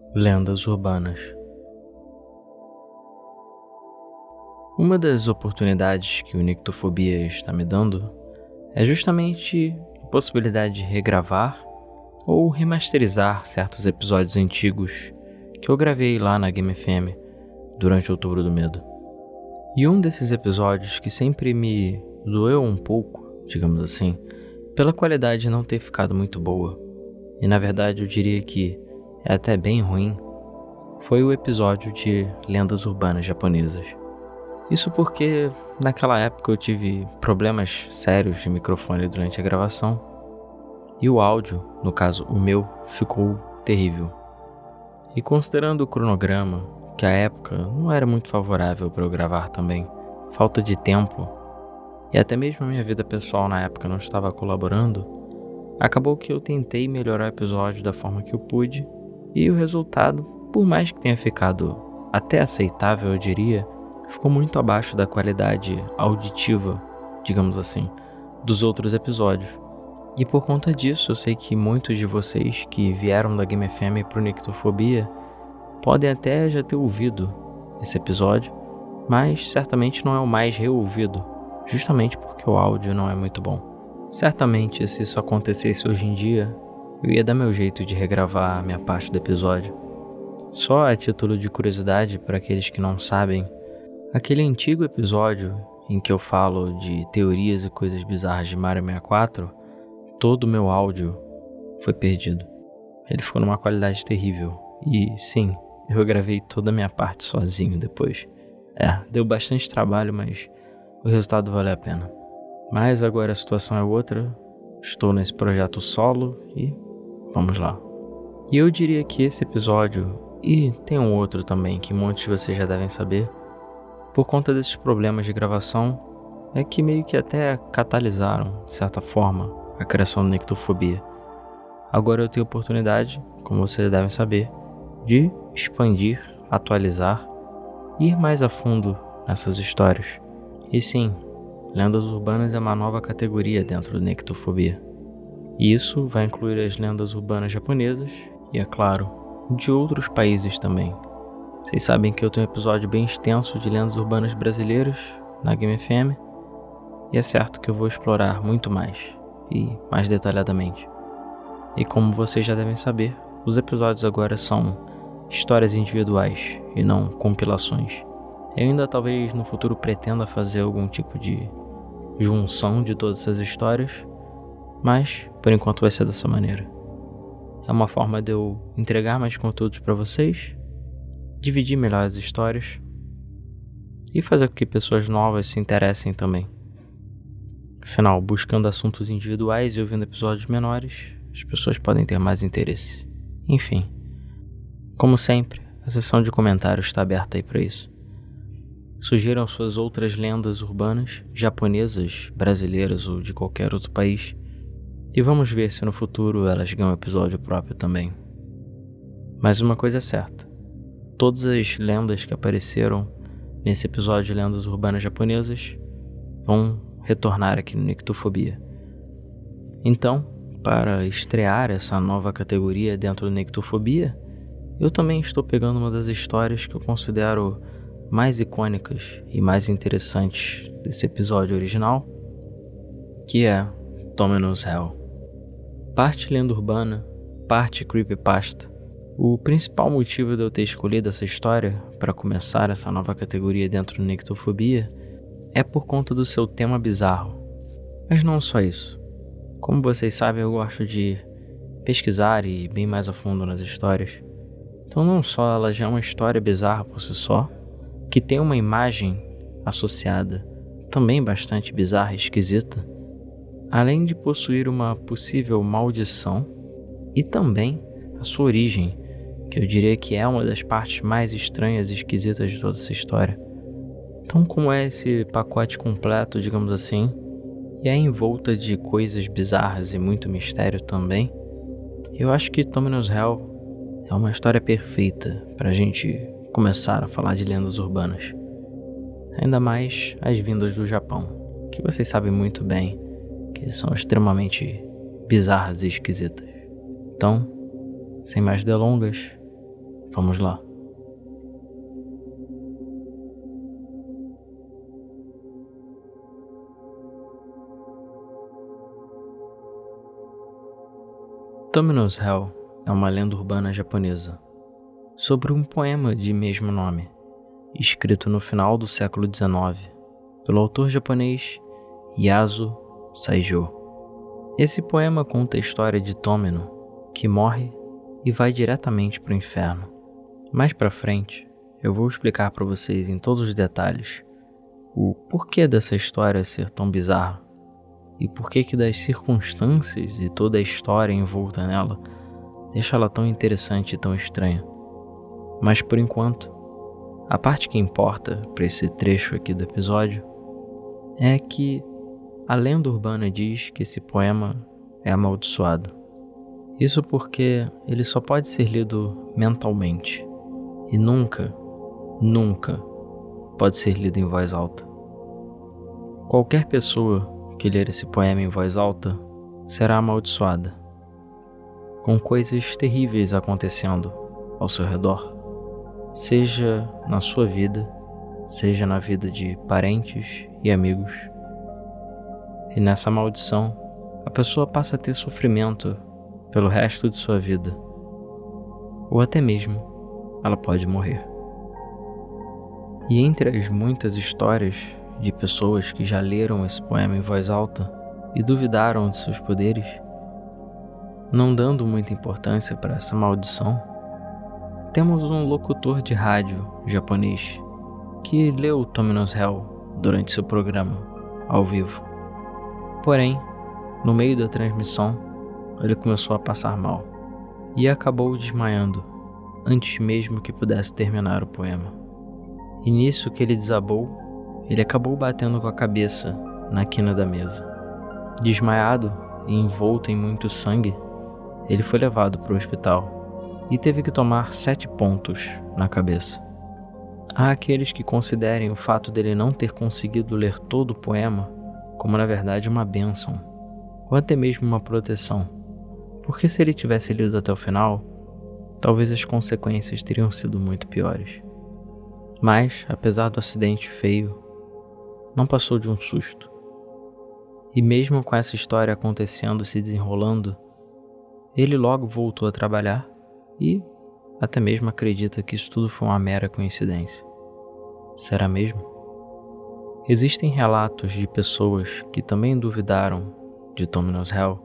Lendas urbanas. Uma das oportunidades que o Nictofobia está me dando é justamente a possibilidade de regravar ou remasterizar certos episódios antigos que eu gravei lá na Game FM durante Outubro do Medo. E um desses episódios que sempre me doeu um pouco, digamos assim, pela qualidade não ter ficado muito boa, e na verdade eu diria que é até bem ruim, foi o episódio de lendas urbanas japonesas. Isso porque naquela época eu tive problemas sérios de microfone durante a gravação e o áudio, no caso o meu, ficou terrível. E considerando o cronograma, que a época não era muito favorável para eu gravar também, falta de tempo e até mesmo a minha vida pessoal na época não estava colaborando, acabou que eu tentei melhorar o episódio da forma que eu pude e o resultado, por mais que tenha ficado até aceitável, eu diria, ficou muito abaixo da qualidade auditiva, digamos assim, dos outros episódios. E por conta disso, eu sei que muitos de vocês que vieram da Game FM pro Nictofobia podem até já ter ouvido esse episódio, mas certamente não é o mais reouvido, justamente porque o áudio não é muito bom. Certamente, se isso acontecesse hoje em dia, eu ia dar meu jeito de regravar a minha parte do episódio. Só a título de curiosidade, para aqueles que não sabem, aquele antigo episódio em que eu falo de teorias e coisas bizarras de Mario 64, todo o meu áudio foi perdido. Ele ficou numa qualidade terrível. E sim, eu gravei toda a minha parte sozinho depois. Deu bastante trabalho, mas o resultado valeu a pena. Mas agora a situação é outra. Estou nesse projeto solo e vamos lá. E eu diria que esse episódio, e tem um outro também que muitos de vocês já devem saber, por conta desses problemas de gravação, é que meio que até catalisaram, de certa forma, a criação do Nictofobia. Agora eu tenho a oportunidade, como vocês devem saber, de expandir, atualizar e ir mais a fundo nessas histórias. E sim, lendas urbanas é uma nova categoria dentro do Nictofobia. E isso vai incluir as lendas urbanas japonesas e, é claro, de outros países também. Vocês sabem que eu tenho um episódio bem extenso de lendas urbanas brasileiras na Game FM, e é certo que eu vou explorar muito mais e mais detalhadamente. E como vocês já devem saber, os episódios agora são histórias individuais e não compilações. Eu ainda talvez no futuro pretenda fazer algum tipo de junção de todas essas histórias, mas por enquanto vai ser dessa maneira. É uma forma de eu entregar mais conteúdos para vocês, dividir melhor as histórias e fazer com que pessoas novas se interessem também. Afinal, buscando assuntos individuais e ouvindo episódios menores, as pessoas podem ter mais interesse. Enfim, como sempre, a seção de comentários está aberta aí para isso. Sugiram suas outras lendas urbanas, japonesas, brasileiras ou de qualquer outro país, e vamos ver se no futuro elas ganham um episódio próprio também. Mas uma coisa é certa, todas as lendas que apareceram nesse episódio de lendas urbanas japonesas vão retornar aqui no Nictofobia. Então, para estrear essa nova categoria dentro do Nictofobia, eu também estou pegando uma das histórias que eu considero mais icônicas e mais interessantes desse episódio original, que é Tomeno's Hell. Parte lenda urbana, parte creepypasta. O principal motivo de eu ter escolhido essa história para começar essa nova categoria dentro do Nictofobia é por conta do seu tema bizarro. Mas não só isso. Como vocês sabem, eu gosto de pesquisar e ir bem mais a fundo nas histórias. Então não só ela já é uma história bizarra por si só, que tem uma imagem associada também bastante bizarra e esquisita, além de possuir uma possível maldição e também a sua origem, que eu diria que é uma das partes mais estranhas e esquisitas de toda essa história. Então, como é esse pacote completo, digamos assim, e é envolta de coisas bizarras e muito mistério também, eu acho que Tomeno's Hell é uma história perfeita para a gente começar a falar de lendas urbanas. Ainda mais as vindas do Japão, que vocês sabem muito bem que são extremamente bizarras e esquisitas. Então, sem mais delongas, Vamos lá. Dominos Hell é uma lenda urbana japonesa sobre um poema de mesmo nome, escrito no final do século XIX pelo autor japonês Yasuo Saijo. Esse poema conta a história de Tomino, que morre e vai diretamente para o inferno. Mais para frente, eu vou explicar para vocês em todos os detalhes o porquê dessa história ser tão bizarra e porquê que das circunstâncias e toda a história envolta nela deixa ela tão interessante e tão estranha. Mas por enquanto, a parte que importa para esse trecho aqui do episódio é que a lenda urbana diz que esse poema é amaldiçoado. Isso porque ele só pode ser lido mentalmente e nunca pode ser lido em voz alta. Qualquer pessoa que ler esse poema em voz alta será amaldiçoada, com coisas terríveis acontecendo ao seu redor, seja na sua vida, seja na vida de parentes e amigos. E nessa maldição, a pessoa passa a ter sofrimento pelo resto de sua vida, ou até mesmo ela pode morrer. E entre as muitas histórias de pessoas que já leram esse poema em voz alta e duvidaram de seus poderes, não dando muita importância para essa maldição, temos um locutor de rádio japonês que leu Dominos Hell durante seu programa, ao vivo. Porém, no meio da transmissão, ele começou a passar mal e acabou desmaiando antes mesmo que pudesse terminar o poema. E nisso que ele desabou, ele acabou batendo com a cabeça na quina da mesa. Desmaiado e envolto em muito sangue, ele foi levado para o hospital e teve que tomar 7 pontos na cabeça. Há aqueles que considerem o fato dele não ter conseguido ler todo o poema como na verdade uma bênção, ou até mesmo uma proteção, porque se ele tivesse lido até o final, talvez as consequências teriam sido muito piores. Mas, apesar do acidente feio, não passou de um susto. E mesmo com essa história acontecendo e se desenrolando, ele logo voltou a trabalhar e até mesmo acredita que isso tudo foi uma mera coincidência. Será mesmo? Existem relatos de pessoas que também duvidaram de Dominos Hell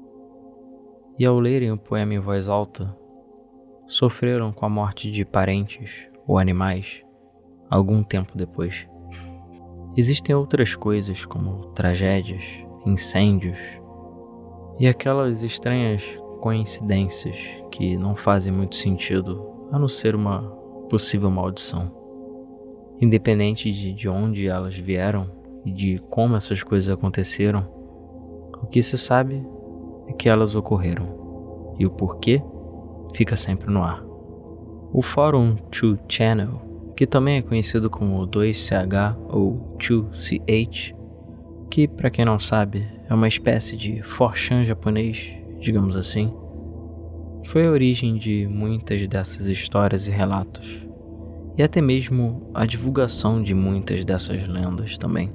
e ao lerem o poema em voz alta, sofreram com a morte de parentes ou animais algum tempo depois. Existem outras coisas como tragédias, incêndios e aquelas estranhas coincidências que não fazem muito sentido a não ser uma possível maldição. Independente de onde elas vieram e de como essas coisas aconteceram, o que se sabe é que elas ocorreram e o porquê fica sempre no ar. O fórum 2channel, que também é conhecido como 2CH ou 2CH, que para quem não sabe é uma espécie de 4chan japonês, digamos assim, foi a origem de muitas dessas histórias e relatos, e até mesmo a divulgação de muitas dessas lendas também.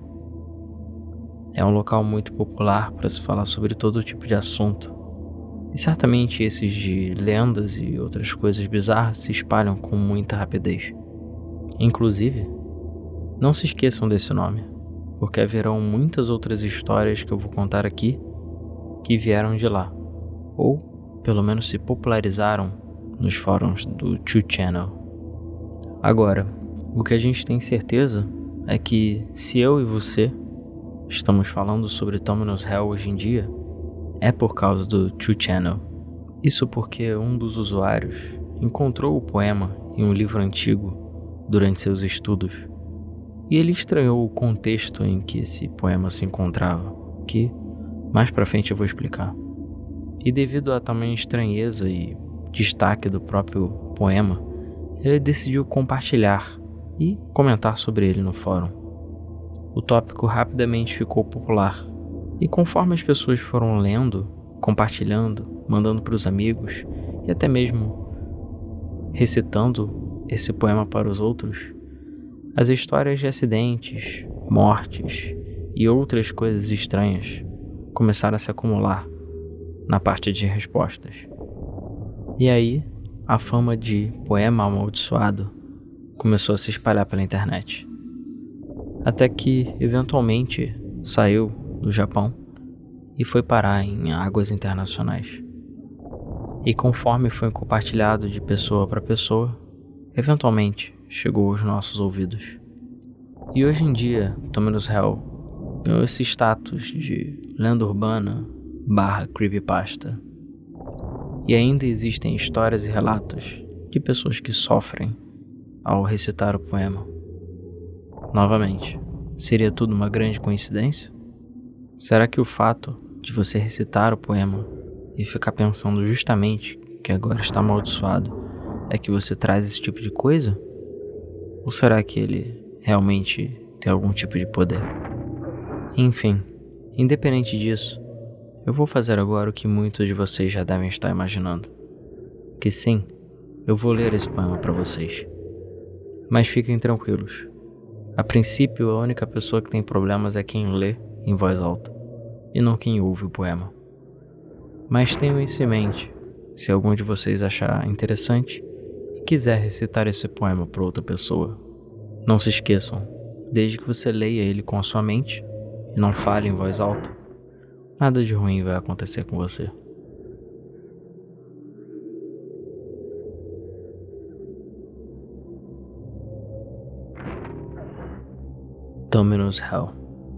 É um local muito popular para se falar sobre todo tipo de assunto, e certamente esses de lendas e outras coisas bizarras se espalham com muita rapidez. Inclusive, não se esqueçam desse nome, porque haverão muitas outras histórias que eu vou contar aqui que vieram de lá, ou pelo menos se popularizaram nos fóruns do 2channel. Agora, o que a gente tem certeza é que se eu e você estamos falando sobre Dominos Hell hoje em dia, é por causa do 2channel. Isso porque um dos usuários encontrou o poema em um livro antigo durante seus estudos, e ele estranhou o contexto em que esse poema se encontrava, que mais pra frente eu vou explicar. E devido à tamanha estranheza e destaque do próprio poema, ele decidiu compartilhar e comentar sobre ele no fórum. O tópico rapidamente ficou popular, e conforme as pessoas foram lendo, compartilhando, mandando para os amigos e até mesmo recitando esse poema para os outros, as histórias de acidentes, mortes e outras coisas estranhas começaram a se acumular na parte de respostas. E aí, a fama de poema amaldiçoado começou a se espalhar pela internet. Até que, eventualmente, saiu do Japão e foi parar em águas internacionais. E conforme foi compartilhado de pessoa para pessoa, eventualmente chegou aos nossos ouvidos. E hoje em dia, Dominus Hell ganhou esse status de lenda urbana / creepypasta. E ainda existem histórias e relatos de pessoas que sofrem ao recitar o poema. Novamente, seria tudo uma grande coincidência? Será que o fato de você recitar o poema e ficar pensando justamente que agora está amaldiçoado é que você traz esse tipo de coisa? Ou será que ele realmente tem algum tipo de poder? Enfim, independente disso, eu vou fazer agora o que muitos de vocês já devem estar imaginando. Que sim, eu vou ler esse poema para vocês. Mas fiquem tranquilos. A princípio, a única pessoa que tem problemas é quem lê em voz alta, e não quem ouve o poema. Mas tenham isso em mente, se algum de vocês achar interessante e quiser recitar esse poema para outra pessoa. Não se esqueçam, desde que você leia ele com a sua mente e não fale em voz alta, nada de ruim vai acontecer com você. Dominus Hell.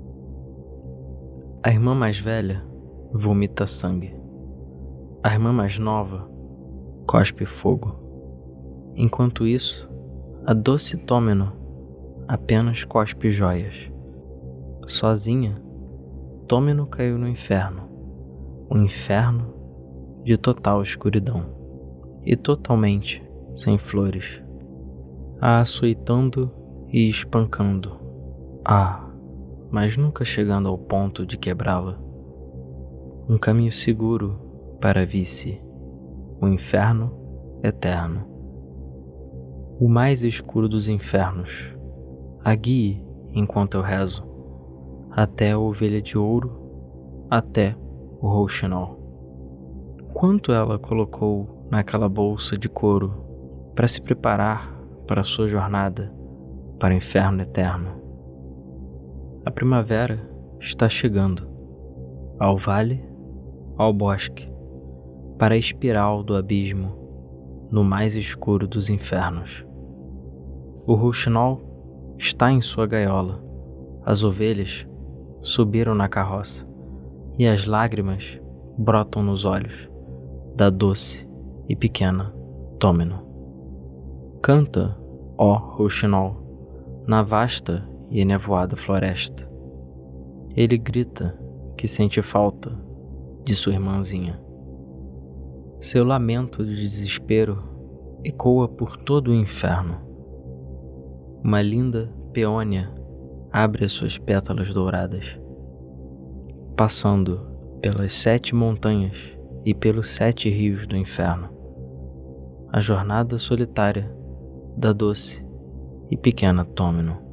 A irmã mais velha vomita sangue. A irmã mais nova cospe fogo. Enquanto isso, a doce Tômino apenas cospe joias. Sozinha, Tômino caiu no inferno. Um inferno de total escuridão. E totalmente sem flores. A açoitando e espancando. Mas nunca chegando ao ponto de quebrá-la. Um caminho seguro para vice, o inferno eterno. O mais escuro dos infernos, a guie enquanto eu rezo, até a ovelha de ouro, até o rouxinol. Quanto ela colocou naquela bolsa de couro para se preparar para a sua jornada para o inferno eterno. A primavera está chegando, ao vale, ao bosque, para a espiral do abismo, no mais escuro dos infernos. O rouxinol está em sua gaiola, as ovelhas subiram na carroça, e as lágrimas brotam nos olhos da doce e pequena Tômino. Canta, ó rouxinol, na vasta e enevoada floresta. Ele grita que sente falta de sua irmãzinha. Seu lamento de desespero ecoa por todo o inferno. Uma linda peônia abre as suas pétalas douradas, passando pelas 7 montanhas e pelos 7 rios do inferno. A jornada solitária da doce e pequena Tômino.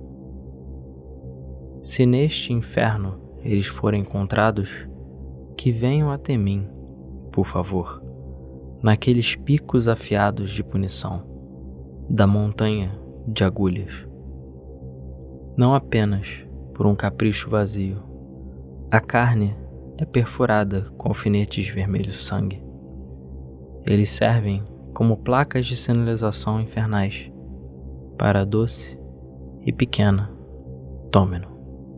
Se neste inferno eles forem encontrados, que venham até mim, por favor, naqueles picos afiados de punição, da montanha de agulhas. Não apenas por um capricho vazio. A carne é perfurada com alfinetes vermelhos sangue. Eles servem como placas de sinalização infernais para a doce e pequena Tômino.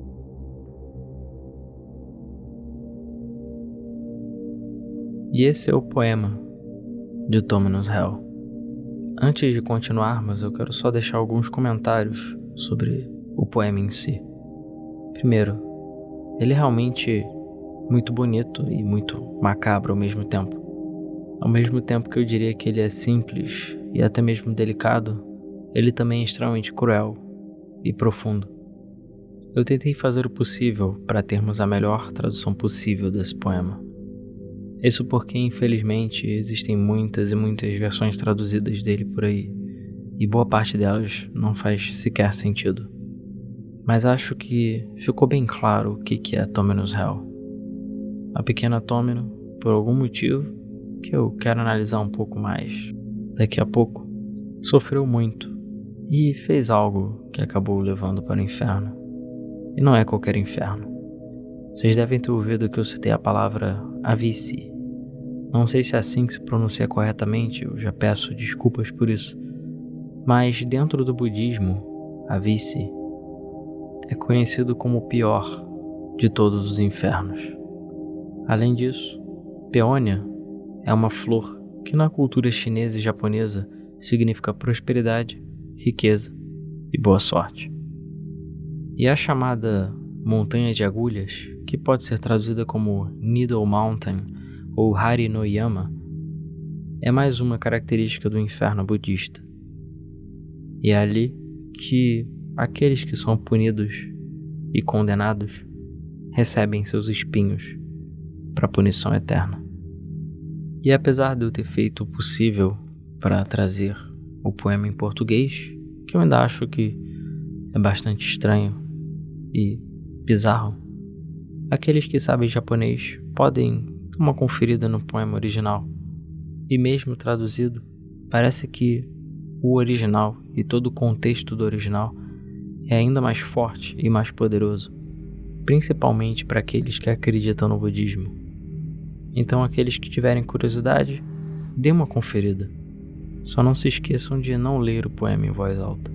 E esse é o poema de Dominus Hell. Antes de continuarmos, eu quero só deixar alguns comentários sobre o poema em si. Primeiro, ele é realmente muito bonito e muito macabro ao mesmo tempo. Ao mesmo tempo que eu diria que ele é simples e até mesmo delicado, ele também é extremamente cruel e profundo. Eu tentei fazer o possível para termos a melhor tradução possível desse poema. Isso porque, infelizmente, existem muitas e muitas versões traduzidas dele por aí, e boa parte delas não faz sequer sentido. Mas acho que ficou bem claro o que é Tomenus Hell. A pequena Tomino, por algum motivo, que eu quero analisar um pouco mais daqui a pouco, sofreu muito e fez algo que acabou levando para o inferno. E não é qualquer inferno. Vocês devem ter ouvido que eu citei a palavra Avici. Não sei se é assim que se pronuncia corretamente, eu já peço desculpas por isso. Mas dentro do budismo, Avici é conhecido como o pior de todos os infernos. Além disso, Peônia é uma flor que na cultura chinesa e japonesa significa prosperidade, riqueza e boa sorte. E a chamada Montanha de Agulhas, que pode ser traduzida como Needle Mountain ou Hari no Yama, é mais uma característica do inferno budista. E é ali que aqueles que são punidos e condenados recebem seus espinhos para punição eterna. E apesar de eu ter feito o possível para trazer o poema em português, que eu ainda acho que é bastante estranho e bizarro, aqueles que sabem japonês podem dar uma conferida no poema original. E mesmo traduzido, parece que o original e todo o contexto do original é ainda mais forte e mais poderoso, principalmente para aqueles que acreditam no budismo. Então, aqueles que tiverem curiosidade, dê uma conferida. Só não se esqueçam de não ler o poema em voz alta.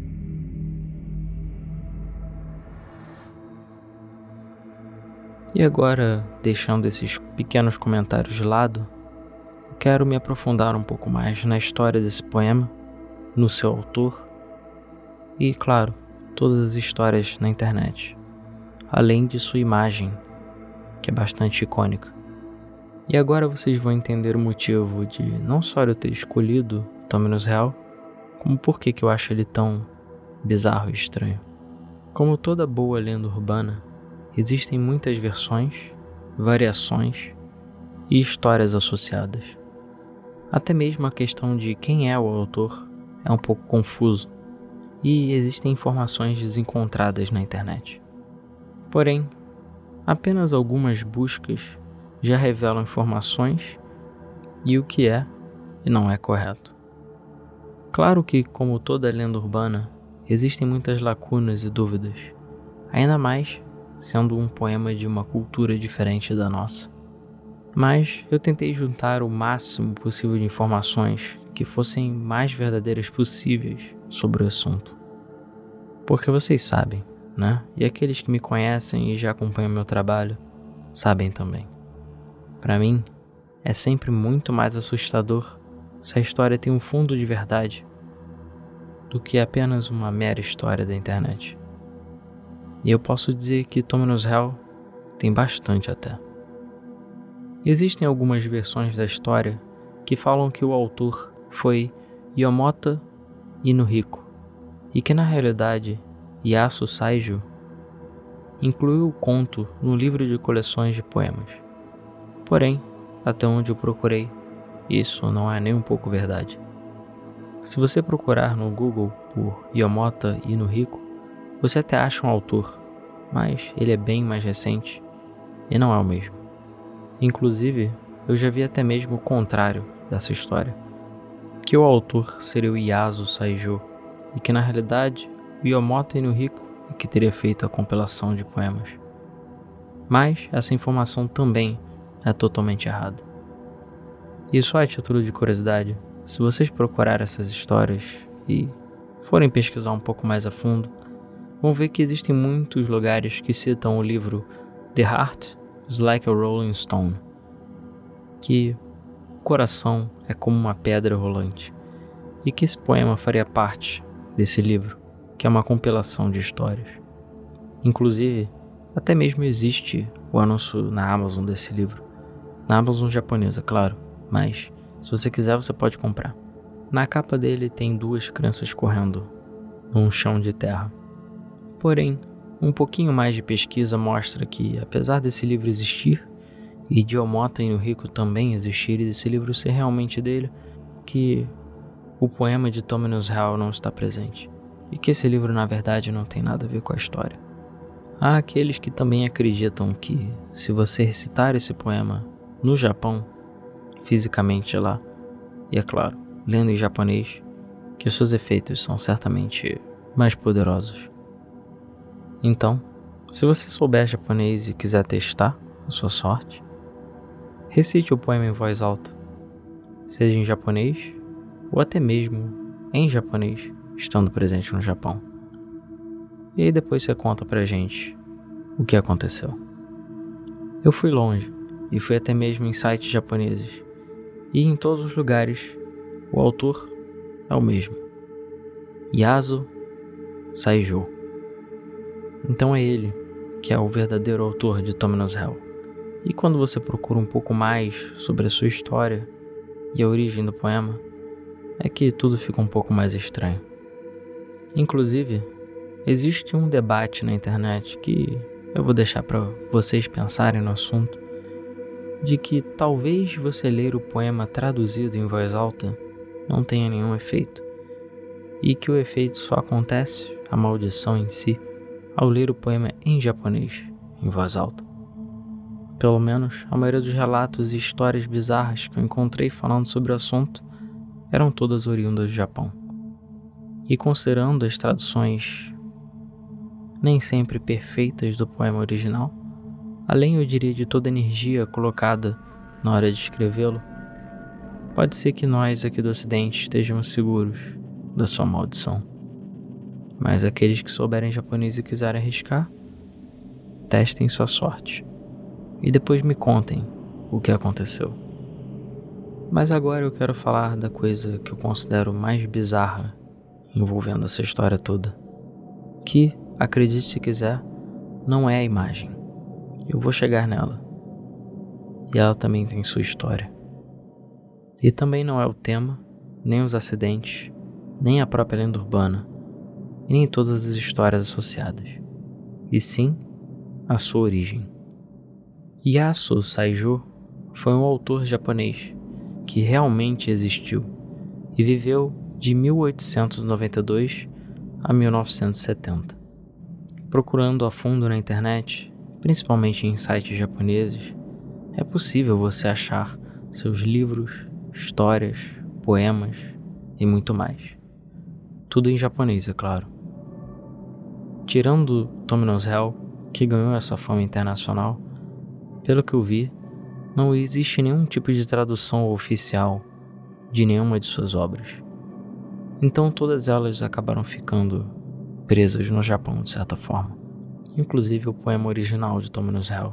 E agora, deixando esses pequenos comentários de lado, quero me aprofundar um pouco mais na história desse poema, no seu autor e, claro, todas as histórias na internet, além de sua imagem, que é bastante icônica. E agora vocês vão entender o motivo de não só eu ter escolhido Tomenus Hell, como por que eu acho ele tão bizarro e estranho. Como toda boa lenda urbana, existem muitas versões, variações e histórias associadas. Até mesmo a questão de quem é o autor é um pouco confuso e existem informações desencontradas na internet. Porém, apenas algumas buscas já revelam informações e o que é e não é correto. Claro que, como toda lenda urbana, existem muitas lacunas e dúvidas, ainda mais sendo um poema de uma cultura diferente da nossa. Mas eu tentei juntar o máximo possível de informações que fossem mais verdadeiras possíveis sobre o assunto. Porque vocês sabem, né? E aqueles que me conhecem e já acompanham meu trabalho, sabem também. Para mim, é sempre muito mais assustador se a história tem um fundo de verdade do que apenas uma mera história da internet. E eu posso dizer que Tomenus Hell tem bastante até. Existem algumas versões da história que falam que o autor foi Yomota Inuhiko e que na realidade Yasu Saijo incluiu o conto no livro de coleções de poemas. Porém, até onde eu procurei, isso não é nem um pouco verdade. Se você procurar no Google por Yomota Inuhiko, você até acha um autor, mas ele é bem mais recente e não é o mesmo. Inclusive, eu já vi até mesmo o contrário dessa história, que o autor seria o Yasu Saijo e que na realidade o Yomota Inuhiko é que teria feito a compilação de poemas. Mas essa informação também é totalmente errada. E só a título de curiosidade, se vocês procurarem essas histórias e forem pesquisar um pouco mais a fundo, vão ver que existem muitos lugares que citam o livro The Heart is Like a Rolling Stone, que o coração é como uma pedra rolante, e que esse poema faria parte desse livro, que é uma compilação de histórias. Inclusive, até mesmo existe o anúncio na Amazon desse livro, na Amazon japonesa, claro, mas se você quiser você pode comprar. Na capa dele tem duas crianças correndo num chão de terra. Porém, um pouquinho mais de pesquisa mostra que, apesar desse livro existir e de Omota Inuyuki também existir e desse livro ser realmente dele, que o poema de Tominous Hell não está presente, e que esse livro na verdade não tem nada a ver com a história. Há aqueles que também acreditam que, se você recitar esse poema no Japão, fisicamente lá, e é claro, lendo em japonês, que os seus efeitos são certamente mais poderosos. Então, se você souber japonês e quiser testar a sua sorte, recite o poema em voz alta, seja em japonês ou até mesmo em japonês, estando presente no Japão. E aí depois você conta pra gente o que aconteceu. Eu fui longe e fui até mesmo em sites japoneses, e em todos os lugares o autor é o mesmo: Yasuo Saijō. Então é ele que é o verdadeiro autor de Tominous Hell. E quando você procura um pouco mais sobre a sua história e a origem do poema, é que tudo fica um pouco mais estranho. Inclusive, existe um debate na internet que eu vou deixar para vocês pensarem no assunto, de que talvez você ler o poema traduzido em voz alta não tenha nenhum efeito, e que o efeito só acontece, a maldição em si, ao ler o poema em japonês, em voz alta. Pelo menos, a maioria dos relatos e histórias bizarras que eu encontrei falando sobre o assunto eram todas oriundas do Japão. E considerando as traduções nem sempre perfeitas do poema original, além, eu diria, de toda a energia colocada na hora de escrevê-lo, pode ser que nós aqui do Ocidente estejamos seguros da sua maldição. Mas aqueles que souberem japonês e quiserem arriscar, testem sua sorte e depois me contem o que aconteceu. Mas agora eu quero falar da coisa que eu considero mais bizarra envolvendo essa história toda, que, acredite se quiser, não é a imagem. Eu vou chegar nela. E ela também tem sua história. E também não é o tema, nem os acidentes, nem a própria lenda urbana, e nem todas as histórias associadas, e sim a sua origem. Yasuo Saijō foi um autor japonês que realmente existiu e viveu de 1892 a 1970. Procurando a fundo na internet, principalmente em sites japoneses, é possível você achar seus livros, histórias, poemas e muito mais. Tudo em japonês, é claro. Tirando Tominous Hell, que ganhou essa fama internacional, pelo que eu vi, não existe nenhum tipo de tradução oficial de nenhuma de suas obras. Então todas elas acabaram ficando presas no Japão de certa forma, inclusive o poema original de Tominous Hell.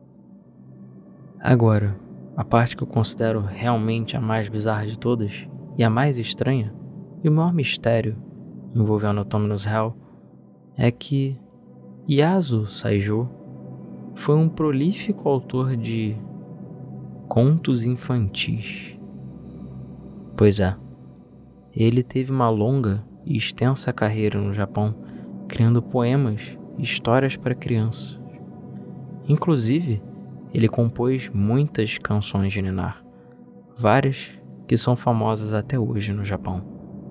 Agora, a parte que eu considero realmente a mais bizarra de todas e a mais estranha, e o maior mistério envolvendo Tominous Hell, é que Yasuo Saijō foi um prolífico autor de contos infantis. Pois é, ele teve uma longa e extensa carreira no Japão, criando poemas e histórias para crianças. Inclusive, ele compôs muitas canções de ninar, várias que são famosas até hoje no Japão.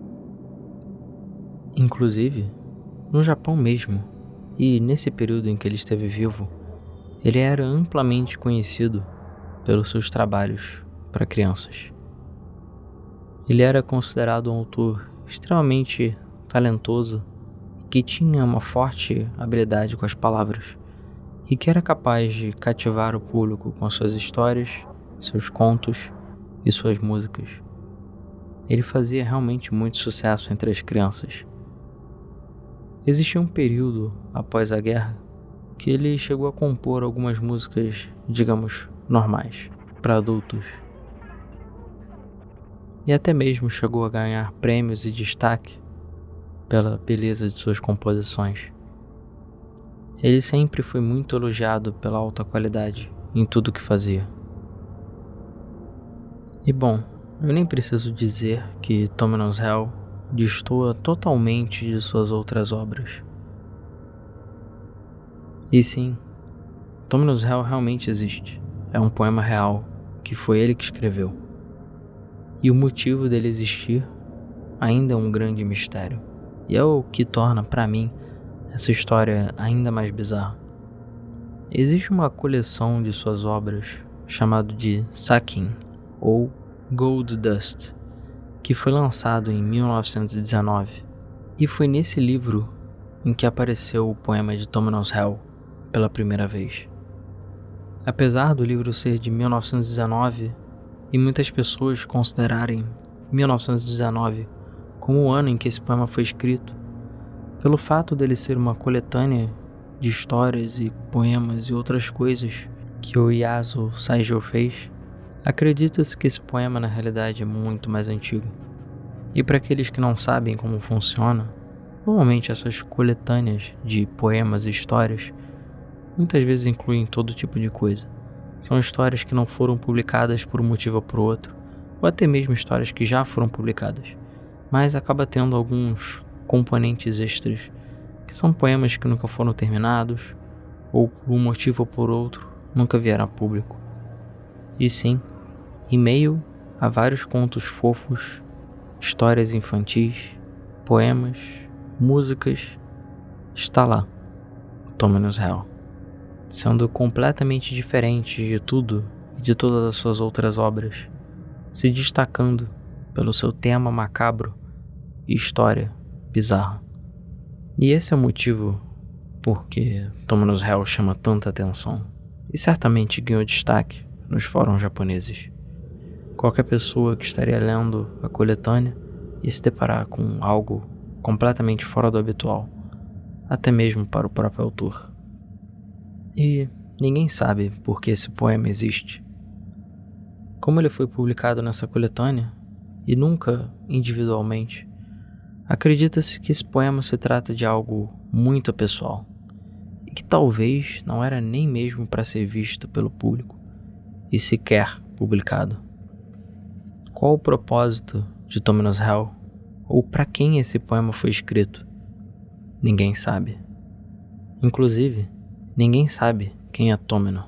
Inclusive, no Japão mesmo, e nesse período em que ele esteve vivo, ele era amplamente conhecido pelos seus trabalhos para crianças. Ele era considerado um autor extremamente talentoso, que tinha uma forte habilidade com as palavras e que era capaz de cativar o público com suas histórias, seus contos e suas músicas. Ele fazia realmente muito sucesso entre as crianças. Existia um período após a guerra que ele chegou a compor algumas músicas, digamos, normais, para adultos. E até mesmo chegou a ganhar prêmios e destaque pela beleza de suas composições. Ele sempre foi muito elogiado pela alta qualidade em tudo que fazia. E bom, eu nem preciso dizer que Tominous Hell destoa totalmente de suas outras obras. E sim, Tominous Hell realmente existe. é um poema real que foi ele que escreveu. E o motivo dele existir ainda é um grande mistério. E é o que torna, para mim, essa história ainda mais bizarra. Existe uma coleção de suas obras chamada de Sacking, ou Gold Dust, que foi lançado em 1919. E foi nesse livro em que apareceu o poema de Tommaso Hell pela primeira vez. Apesar do livro ser de 1919 e muitas pessoas considerarem 1919 como o ano em que esse poema foi escrito, pelo fato dele ser uma coletânea de histórias e poemas e outras coisas que o Yasuo Saigō fez, acredita-se que esse poema na realidade é muito mais antigo. E para aqueles que não sabem como funciona, normalmente essas coletâneas de poemas e histórias muitas vezes incluem todo tipo de coisa. São histórias que não foram publicadas por um motivo ou por outro, ou até mesmo histórias que já foram publicadas, mas acaba tendo alguns componentes extras, que são poemas que nunca foram terminados, ou por um motivo ou por outro, nunca vieram a público. E sim, em meio a vários contos fofos, histórias infantis, poemas, músicas, está lá, Tommaso Hell, sendo completamente diferente de tudo e de todas as suas outras obras, se destacando pelo seu tema macabro e história bizarra. E esse é o motivo por que Tommaso Hell chama tanta atenção e certamente ganhou destaque nos fóruns japoneses. Qualquer pessoa que estaria lendo a coletânea ia se deparar com algo completamente fora do habitual, até mesmo para o próprio autor. E ninguém sabe por que esse poema existe. Como ele foi publicado nessa coletânea, e nunca individualmente, acredita-se que esse poema se trata de algo muito pessoal, e que talvez não era nem mesmo para ser visto pelo público, e sequer publicado. Qual o propósito de Tommaso Hell, ou para quem esse poema foi escrito? Ninguém sabe. Inclusive, ninguém sabe quem é Tomino.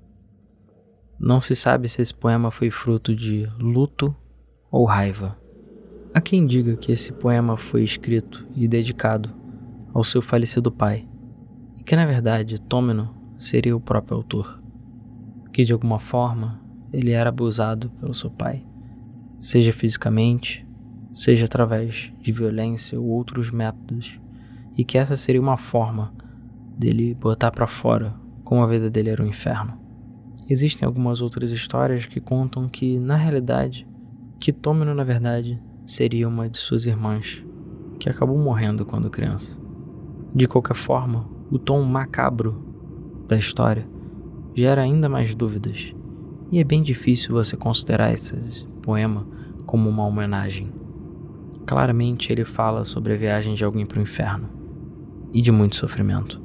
Não se sabe se esse poema foi fruto de luto ou raiva. Há quem diga que esse poema foi escrito e dedicado ao seu falecido pai, e que na verdade Tomino seria o próprio autor, que de alguma forma ele era abusado pelo seu pai, seja fisicamente, seja através de violência ou outros métodos, e que essa seria uma forma dele botar pra fora como a vida dele era um inferno. Existem algumas outras histórias que contam que, na realidade, que Tomino, na verdade, seria uma de suas irmãs, que acabou morrendo quando criança. De qualquer forma, o tom macabro da história gera ainda mais dúvidas, e é bem difícil você considerar esse poema como uma homenagem. Claramente ele fala sobre a viagem de alguém para o inferno, e de muito sofrimento.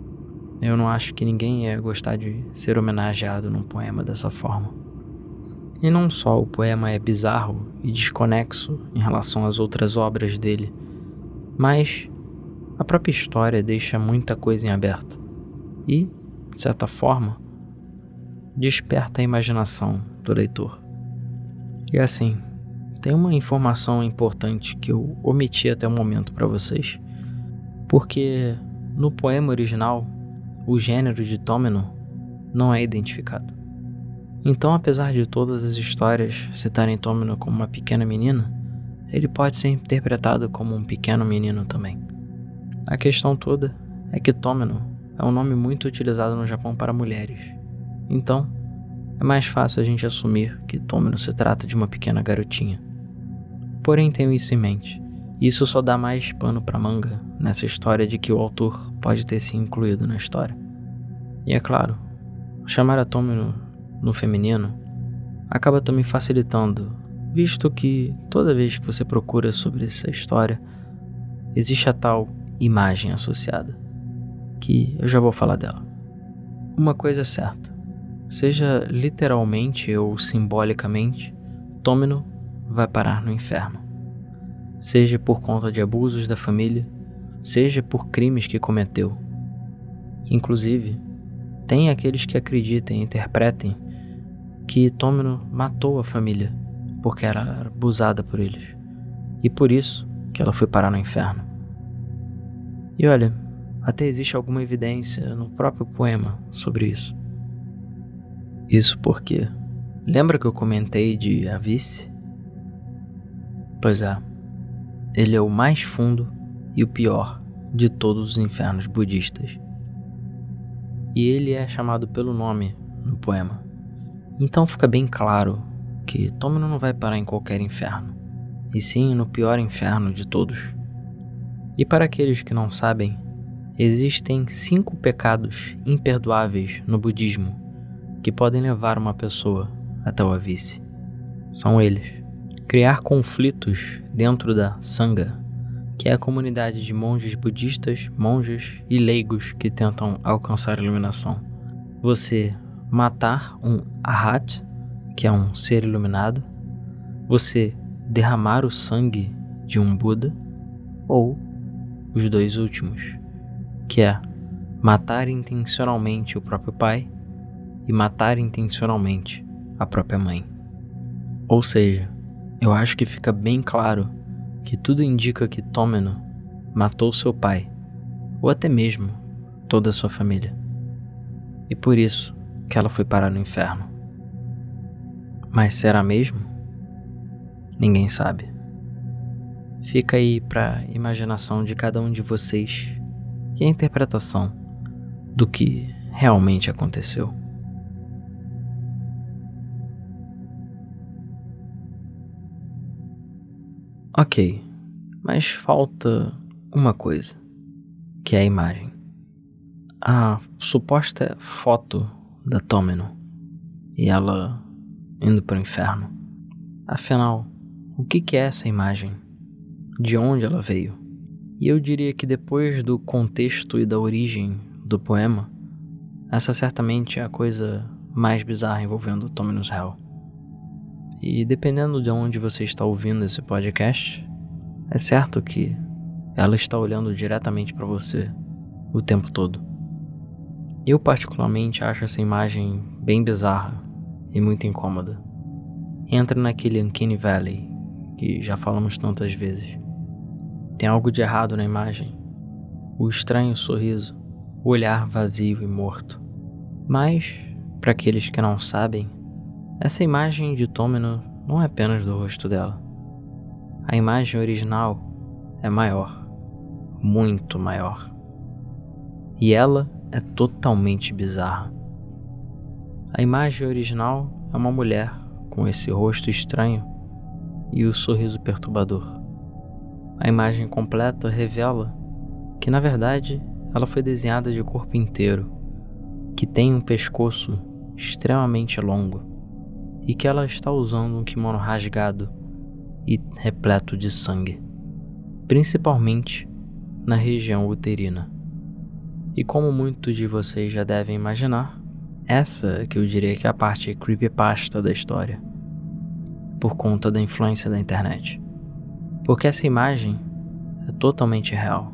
Eu não acho que ninguém ia gostar de ser homenageado num poema dessa forma. E não só o poema é bizarro e desconexo em relação às outras obras dele, mas a própria história deixa muita coisa em aberto e, de certa forma, desperta a imaginação do leitor. E assim, tem uma informação importante que eu omiti até o momento para vocês, porque no poema original o gênero de Tomino não é identificado. Então, apesar de todas as histórias citarem Tomino como uma pequena menina, ele pode ser interpretado como um pequeno menino também. A questão toda é que Tomino é um nome muito utilizado no Japão para mulheres. Então, é mais fácil a gente assumir que Tomino se trata de uma pequena garotinha. Porém, tenho isso em mente. Isso só dá mais pano pra manga nessa história de que o autor pode ter se incluído na história. E é claro, chamar a Tomino no feminino acaba também facilitando, visto que toda vez que você procura sobre essa história, existe a tal imagem associada, que eu já vou falar dela. Uma coisa é certa, seja literalmente ou simbolicamente, Tomino vai parar no inferno. Seja por conta de abusos da família, seja por crimes que cometeu. Inclusive, tem aqueles que acreditem e interpretem que Tomino matou a família porque ela era abusada por eles, e por isso que ela foi parar no inferno. E olha, até existe alguma evidência no próprio poema sobre isso. Isso porque, lembra que eu comentei de Avice? Pois é, ele é o mais fundo e o pior de todos os infernos budistas. E ele é chamado pelo nome no poema. Então fica bem claro que Tomino não vai parar em qualquer inferno, e sim no pior inferno de todos. E para aqueles que não sabem, existem 5 pecados imperdoáveis no budismo que podem levar uma pessoa até o Avice. São eles: criar conflitos dentro da Sangha, que é a comunidade de monges budistas, monges e leigos que tentam alcançar a iluminação. Você matar um Arhat, que é um ser iluminado. Você derramar o sangue de um Buda. Ou os 2 últimos, que é matar intencionalmente o próprio pai e matar intencionalmente a própria mãe. Ou seja, eu acho que fica bem claro que tudo indica que Tomino matou seu pai, ou até mesmo toda a sua família. E por isso que ela foi parar no inferno. Mas será mesmo? Ninguém sabe. Fica aí para imaginação de cada um de vocês e a interpretação do que realmente aconteceu. Ok, mas falta uma coisa, que é a imagem. A suposta foto da Tomino e ela indo para o inferno. Afinal, o que é essa imagem? De onde ela veio? E eu diria que depois do contexto e da origem do poema, essa certamente é a coisa mais bizarra envolvendo Tomino's Hell. E dependendo de onde você está ouvindo esse podcast, é certo que ela está olhando diretamente para você o tempo todo. Eu particularmente acho essa imagem bem bizarra e muito incômoda. Entra naquele Uncanny Valley que já falamos tantas vezes. Tem algo de errado na imagem. O estranho sorriso, o olhar vazio e morto. Mas, para aqueles que não sabem, essa imagem de Tomino não é apenas do rosto dela. A imagem original é maior, muito maior. E ela é totalmente bizarra. A imagem original é uma mulher com esse rosto estranho e o sorriso perturbador. A imagem completa revela que, na verdade, ela foi desenhada de corpo inteiro, que tem um pescoço extremamente longo e que ela está usando um kimono rasgado e repleto de sangue, principalmente na região uterina. E como muitos de vocês já devem imaginar, essa que eu diria que é a parte creepypasta da história, por conta da influência da internet. Porque essa imagem é totalmente real,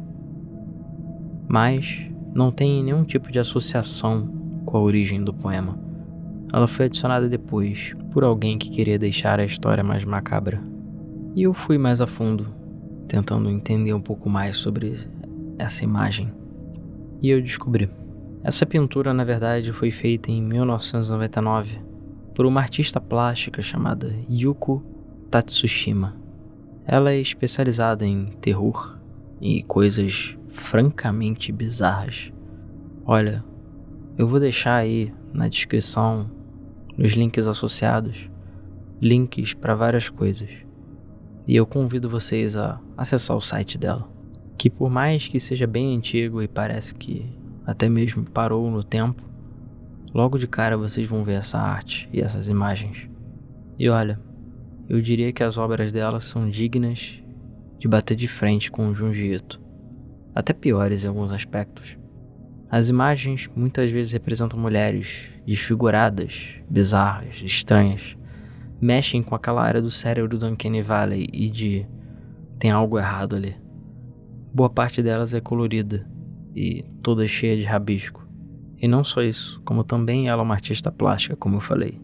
mas não tem nenhum tipo de associação com a origem do poema. Ela foi adicionada depois por alguém que queria deixar a história mais macabra. E eu fui mais a fundo, tentando entender um pouco mais sobre essa imagem. E eu descobri. Essa pintura, na verdade, foi feita em 1999 por uma artista plástica chamada Yuko Tatsushima. Ela é especializada em terror e coisas francamente bizarras. Olha, eu vou deixar aí na descrição, nos links associados, links para várias coisas. E eu convido vocês a acessar o site dela, que por mais que seja bem antigo e parece que até mesmo parou no tempo, logo de cara vocês vão ver essa arte e essas imagens. E olha, eu diria que as obras dela são dignas de bater de frente com o Junji Ito, até piores em alguns aspectos. As imagens muitas vezes representam mulheres desfiguradas, bizarras, estranhas, mexem com aquela área do cérebro do Uncanny Valley e de tem algo errado ali. Boa parte delas é colorida e toda cheia de rabisco. E não só isso, como também ela é uma artista plástica, como eu falei.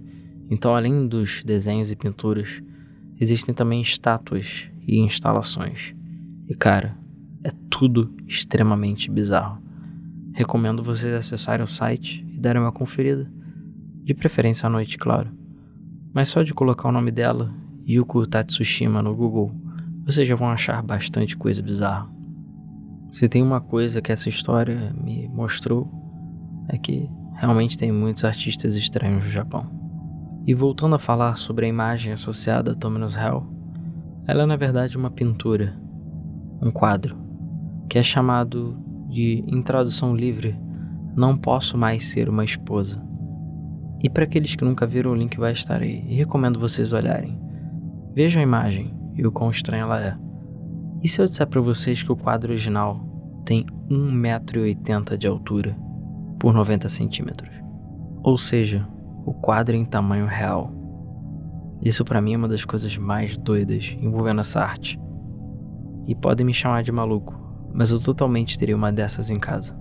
Então, além dos desenhos e pinturas, existem também estátuas e instalações. E cara, é tudo extremamente bizarro. Recomendo vocês acessarem o site e darem uma conferida. De preferência à noite, claro. Mas só de colocar o nome dela, Yuko Tatsushima, no Google, vocês já vão achar bastante coisa bizarra. Se tem uma coisa que essa história me mostrou, é que realmente tem muitos artistas estranhos no Japão. E voltando a falar sobre a imagem associada a Dominus Hell, ela é na verdade uma pintura, um quadro, que é chamado de, em tradução livre, Não Posso Mais Ser Uma Esposa. E para aqueles que nunca viram, o link vai estar aí, e recomendo vocês olharem. Vejam a imagem e o quão estranha ela é. E se eu disser para vocês que o quadro original tem 1,80 m de altura por 90 centímetros? Ou seja, o quadro em tamanho real. Isso para mim é uma das coisas mais doidas envolvendo essa arte. E podem me chamar de maluco, mas eu totalmente teria uma dessas em casa.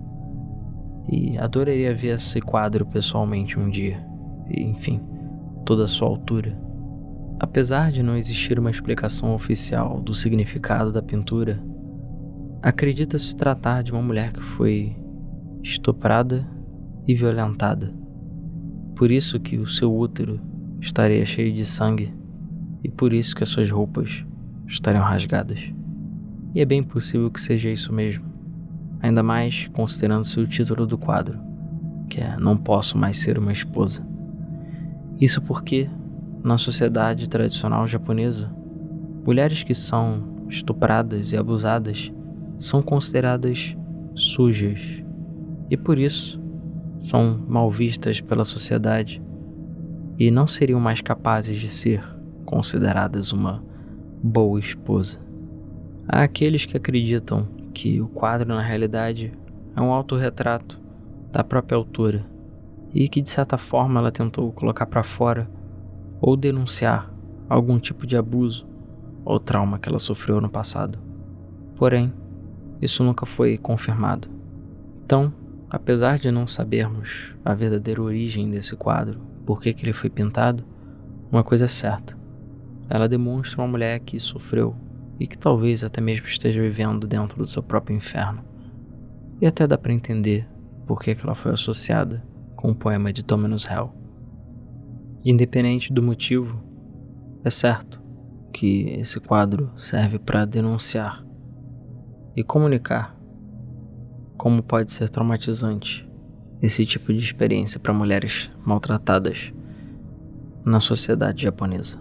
E adoraria ver esse quadro pessoalmente um dia. E, enfim, toda a sua altura. Apesar de não existir uma explicação oficial do significado da pintura, acredita-se tratar de uma mulher que foi estuprada e violentada. Por isso que o seu útero estaria cheio de sangue e por isso que as suas roupas estariam rasgadas. E é bem possível que seja isso mesmo, ainda mais considerando-se o título do quadro, que é Não Posso Mais Ser Uma Esposa. Isso porque, na sociedade tradicional japonesa, mulheres que são estupradas e abusadas são consideradas sujas e por isso são mal vistas pela sociedade e não seriam mais capazes de ser consideradas uma boa esposa. Há aqueles que acreditam que o quadro na realidade é um autorretrato da própria autora e que de certa forma ela tentou colocar para fora ou denunciar algum tipo de abuso ou trauma que ela sofreu no passado. Porém, isso nunca foi confirmado. Então, apesar de não sabermos a verdadeira origem desse quadro, por que ele foi pintado, uma coisa é certa. Ela demonstra uma mulher que sofreu e que talvez até mesmo esteja vivendo dentro do seu próprio inferno. E até dá para entender por que ela foi associada com o poema de Dominus Hell. Independente do motivo, é certo que esse quadro serve para denunciar e comunicar como pode ser traumatizante esse tipo de experiência para mulheres maltratadas na sociedade japonesa.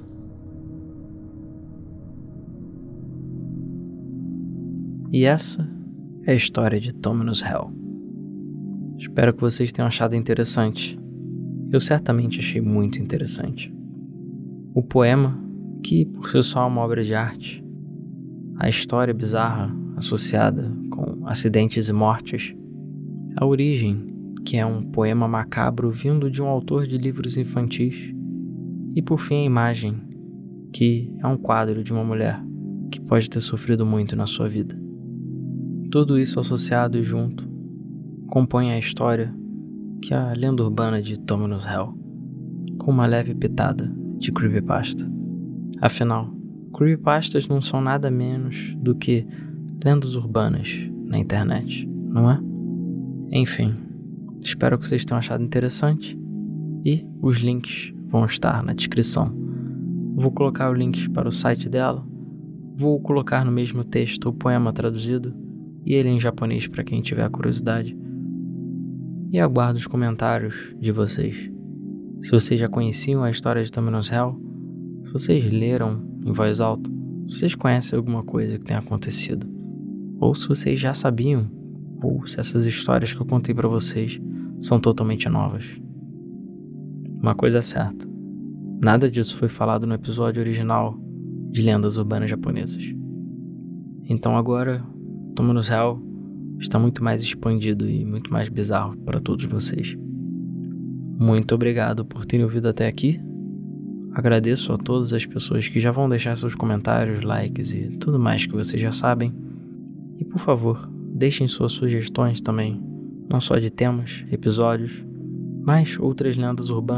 E essa é a história de Dominus Hell. Espero que vocês tenham achado interessante. Eu certamente achei muito interessante. O poema, que por si só é uma obra de arte, a história bizarra associada com acidentes e mortes, a origem, que é um poema macabro vindo de um autor de livros infantis, e por fim a imagem, que é um quadro de uma mulher que pode ter sofrido muito na sua vida. Tudo isso associado e junto compõe a história que é a lenda urbana de Dominus Hell, com uma leve pitada de creepypasta. Afinal, creepypastas não são nada menos do que lendas urbanas na internet, não é? Enfim, espero que vocês tenham achado interessante e os links vão estar na descrição. Vou colocar os links para o site dela, vou colocar no mesmo texto o poema traduzido e ele em japonês para quem tiver curiosidade. E aguardo os comentários de vocês. Se vocês já conheciam a história de Dominus Hell, se vocês leram em voz alta, se vocês conhecem alguma coisa que tenha acontecido, ou se vocês já sabiam, ou se essas histórias que eu contei para vocês são totalmente novas. Uma coisa é certa, nada disso foi falado no episódio original de Lendas Urbanas Japonesas. Então agora, Dominus Hell está muito mais expandido e muito mais bizarro para todos vocês. Muito obrigado por terem ouvido até aqui. Agradeço a todas as pessoas que já vão deixar seus comentários, likes e tudo mais que vocês já sabem. E por favor, deixem suas sugestões também, não só de temas, episódios, mas outras lendas urbanas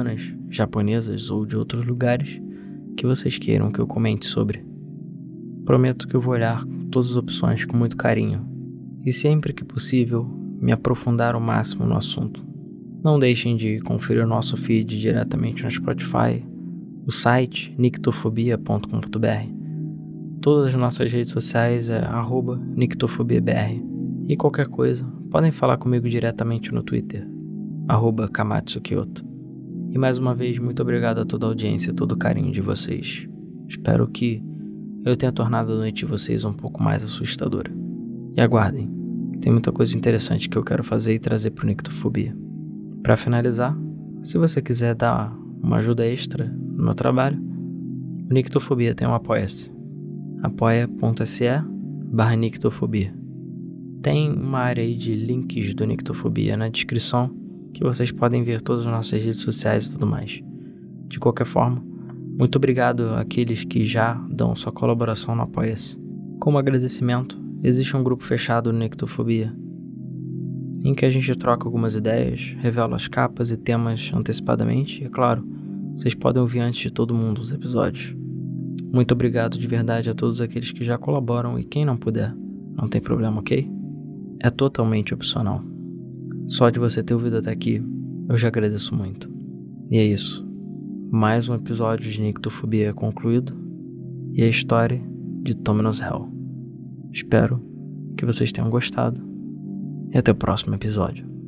japonesas ou de outros lugares que vocês queiram que eu comente sobre. Prometo que eu vou olhar todas as opções com muito carinho e sempre que possível me aprofundar ao máximo no assunto. Não deixem de conferir o nosso feed diretamente no Spotify, o site nictofobia.com.br. Todas as nossas redes sociais é @nictofobiabr. E qualquer coisa, podem falar comigo diretamente no Twitter, @KamatsuKyoto. E mais uma vez, muito obrigado a toda a audiência e todo o carinho de vocês. Espero que eu tenha tornado a noite de vocês um pouco mais assustadora. E aguardem, tem muita coisa interessante que eu quero fazer e trazer pro Nictofobia. Para finalizar, se você quiser dar uma ajuda extra no meu trabalho, o Nictofobia tem um apoia-se. apoia.se/Nictofobia. Tem uma área aí de links do Nictofobia na descrição que vocês podem ver todas as nossas redes sociais e tudo mais. De qualquer forma, muito obrigado àqueles que já dão sua colaboração no Apoia-se. Como agradecimento, existe um grupo fechado no Nictofobia, em que a gente troca algumas ideias, revela as capas e temas antecipadamente, e é claro, vocês podem ouvir antes de todo mundo os episódios. Muito obrigado de verdade a todos aqueles que já colaboram e quem não puder, não tem problema, ok? É totalmente opcional. Só de você ter ouvido até aqui, eu já agradeço muito. E é isso. Mais um episódio de Nictofobia concluído e a história de Tomnos Hell. Espero que vocês tenham gostado e até o próximo episódio.